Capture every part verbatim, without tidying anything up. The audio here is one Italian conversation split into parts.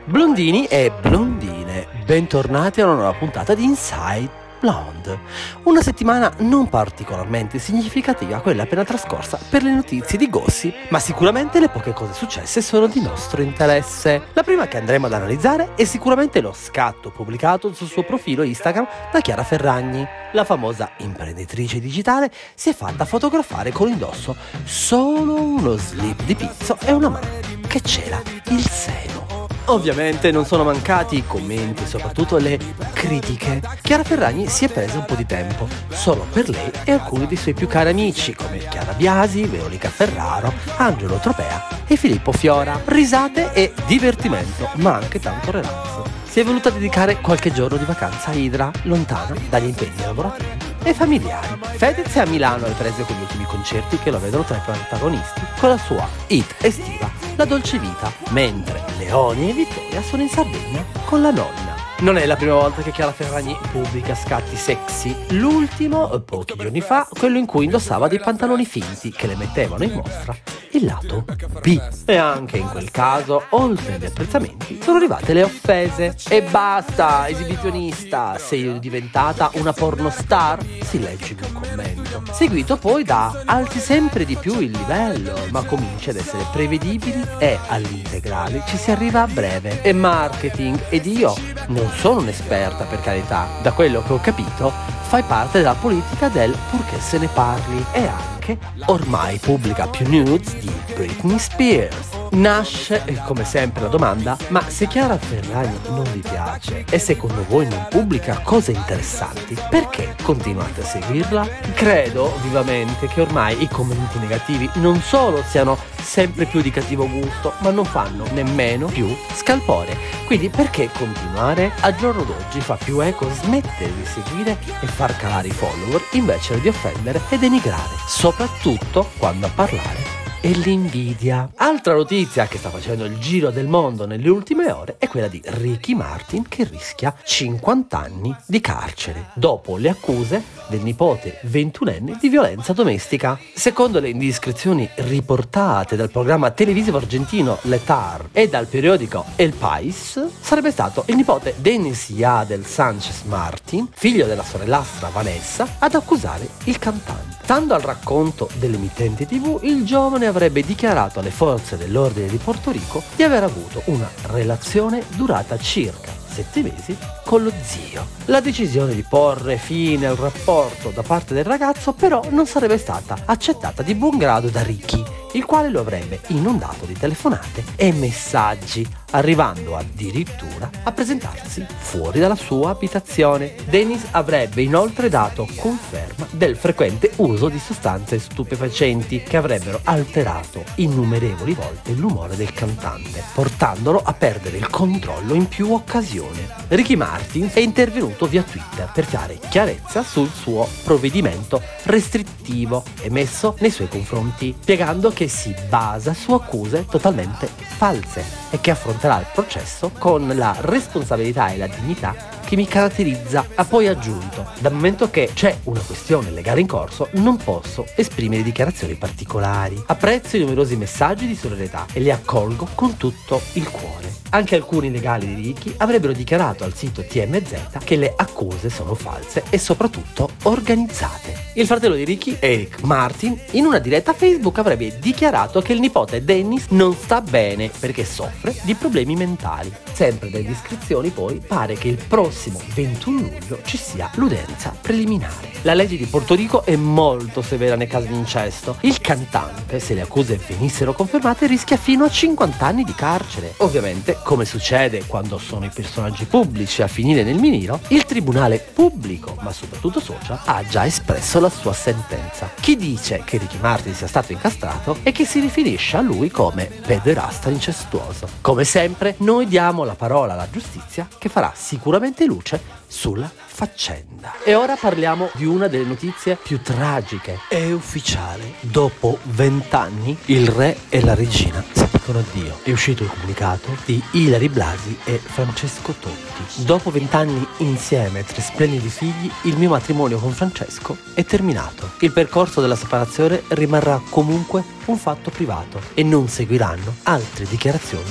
Blondini e blondine, bentornati a una nuova puntata di Inside Blonde. Una settimana non particolarmente significativa, quella appena trascorsa, per le notizie di gossip, ma sicuramente le poche cose successe sono di nostro interesse. La prima che andremo ad analizzare è sicuramente lo scatto pubblicato sul suo profilo Instagram da Chiara Ferragni. La famosa imprenditrice digitale si è fatta fotografare con indosso solo uno slip di pizzo e una mano che cela il seno. Ovviamente non sono mancati i commenti e soprattutto le critiche. Chiara Ferragni si è presa un po' di tempo solo per lei e alcuni dei suoi più cari amici come Chiara Biasi, Veronica Ferraro, Angelo Tropea e Filippo Fiora. Risate e divertimento, ma anche tanto relax. Si è voluta dedicare qualche giorno di vacanza a Idra, lontana dagli impegni lavorativi e familiari. Fedez è a Milano, alle prese con gli ultimi concerti che lo vedono tra i protagonisti con la sua hit estiva La Dolce Vita, mentre Leoni e Vittoria sono in Sardegna con la nonna. Non è la prima volta che Chiara Ferragni pubblica scatti sexy. L'ultimo, pochi giorni fa, quello in cui indossava dei pantaloni finti che le mettevano in mostra il lato B. E anche in quel caso, oltre agli apprezzamenti, sono arrivate le offese. E basta, esibizionista, sei diventata una pornostar? Si legge in un commento. Seguito poi da alzi sempre di più il livello, ma cominci ad essere prevedibili e all'integrale ci si arriva a breve. E marketing, ed io non sono un'esperta, per carità, da quello che ho capito fai parte della politica del purché se ne parli e anche ormai pubblica più nudes di Britney Spears. Nasce, come sempre, la domanda: ma se Chiara Ferragni non vi piace e secondo voi non pubblica cose interessanti, perché continuate a seguirla? Credo vivamente che ormai i commenti negativi non solo siano sempre più di cattivo gusto, ma non fanno nemmeno più scalpore. Quindi perché continuare? Al giorno d'oggi fa più eco smettere di seguire e far calare i follower invece di offendere e denigrare, soprattutto quando a parlare è l'invidia. Altra notizia che sta facendo il giro del mondo nelle ultime ore è quella di Ricky Martin, che rischia cinquanta anni di carcere dopo le accuse del nipote ventunenne di violenza domestica. Secondo le indiscrezioni riportate dal programma televisivo argentino Letar e dal periodico El País, sarebbe stato il nipote Dennis Yadel Sanchez Martin, figlio della sorellastra Vanessa, ad accusare il cantante. Stando al racconto dell'emittente tivù, il giovane avrebbe dichiarato alle forze dell'ordine di Porto Rico di aver avuto una relazione durata circa sette mesi con lo zio. La decisione di porre fine al rapporto da parte del ragazzo però non sarebbe stata accettata di buon grado da Ricky, il quale lo avrebbe inondato di telefonate e messaggi, arrivando addirittura a presentarsi fuori dalla sua abitazione. Dennis avrebbe inoltre dato conferma del frequente uso di sostanze stupefacenti che avrebbero alterato innumerevoli volte l'umore del cantante, portandolo a perdere il controllo in più occasioni. Ricky Martin è intervenuto via Twitter per fare chiarezza sul suo provvedimento restrittivo emesso nei suoi confronti, spiegando che si basa su accuse totalmente false e che affronterà il processo con la responsabilità e la dignità che mi caratterizza. Ha poi aggiunto: dal momento che c'è una questione legale in corso non posso esprimere dichiarazioni particolari. Apprezzo i numerosi messaggi di solidarietà e li accolgo con tutto il cuore. Anche alcuni legali di Ricky avrebbero dichiarato al sito T M Z che le accuse sono false e soprattutto organizzate. Il fratello di Ricky, Eric Martin, in una diretta Facebook avrebbe dichiarato che il nipote Dennis non sta bene perché soffre di problemi mentali. Sempre dalle descrizioni poi pare che il prossimo ventuno luglio ci sia l'udienza preliminare. La legge di Porto Rico è molto severa nei casi di incesto. Il cantante, se le accuse venissero confermate, rischia fino a cinquanta anni di carcere. Ovviamente, come succede quando sono i personaggi pubblici a finire nel miniro, il tribunale pubblico, ma soprattutto social, ha già espresso la sua sentenza. Chi dice che Ricky Martin sia stato incastrato e che si riferisce a lui come pederasta incestuoso. Come sempre, noi diamo la parola alla giustizia, che farà sicuramente luce sulla faccenda. E ora parliamo di una delle notizie più tragiche. È ufficiale: dopo vent'anni il re e la regina si dicono addio. È uscito il comunicato di Ilary Blasi e Francesco Totti. Dopo vent'anni insieme e tre splendidi figli, il mio matrimonio con Francesco è terminato. Il percorso della separazione rimarrà comunque un fatto privato e non seguiranno altre dichiarazioni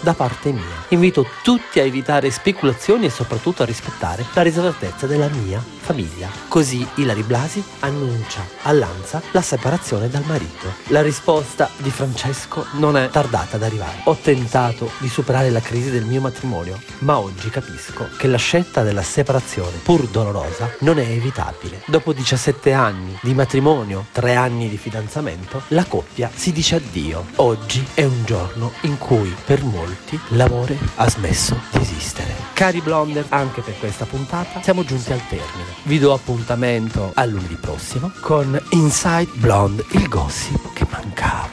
da parte mia. Invito tutti a evitare speculazioni e soprattutto a rispettare la riservatezza della mia famiglia. Così Ilary Blasi annuncia all'Ansa la separazione dal marito. La risposta di Francesco non è tardata ad arrivare. Ho tentato di superare la crisi del mio matrimonio, ma oggi capisco che la scelta della separazione, pur dolorosa, non è evitabile. Dopo diciassette anni di matrimonio, tre anni di fidanzamento, la coppia si dice addio. Oggi è un giorno in cui per molti l'amore ha smesso di esistere. Cari Blonder, anche per questa puntata siamo giunti al termine. Vi do appuntamento a lunedì prossimo con Inside Blonde, il gossip che mancava.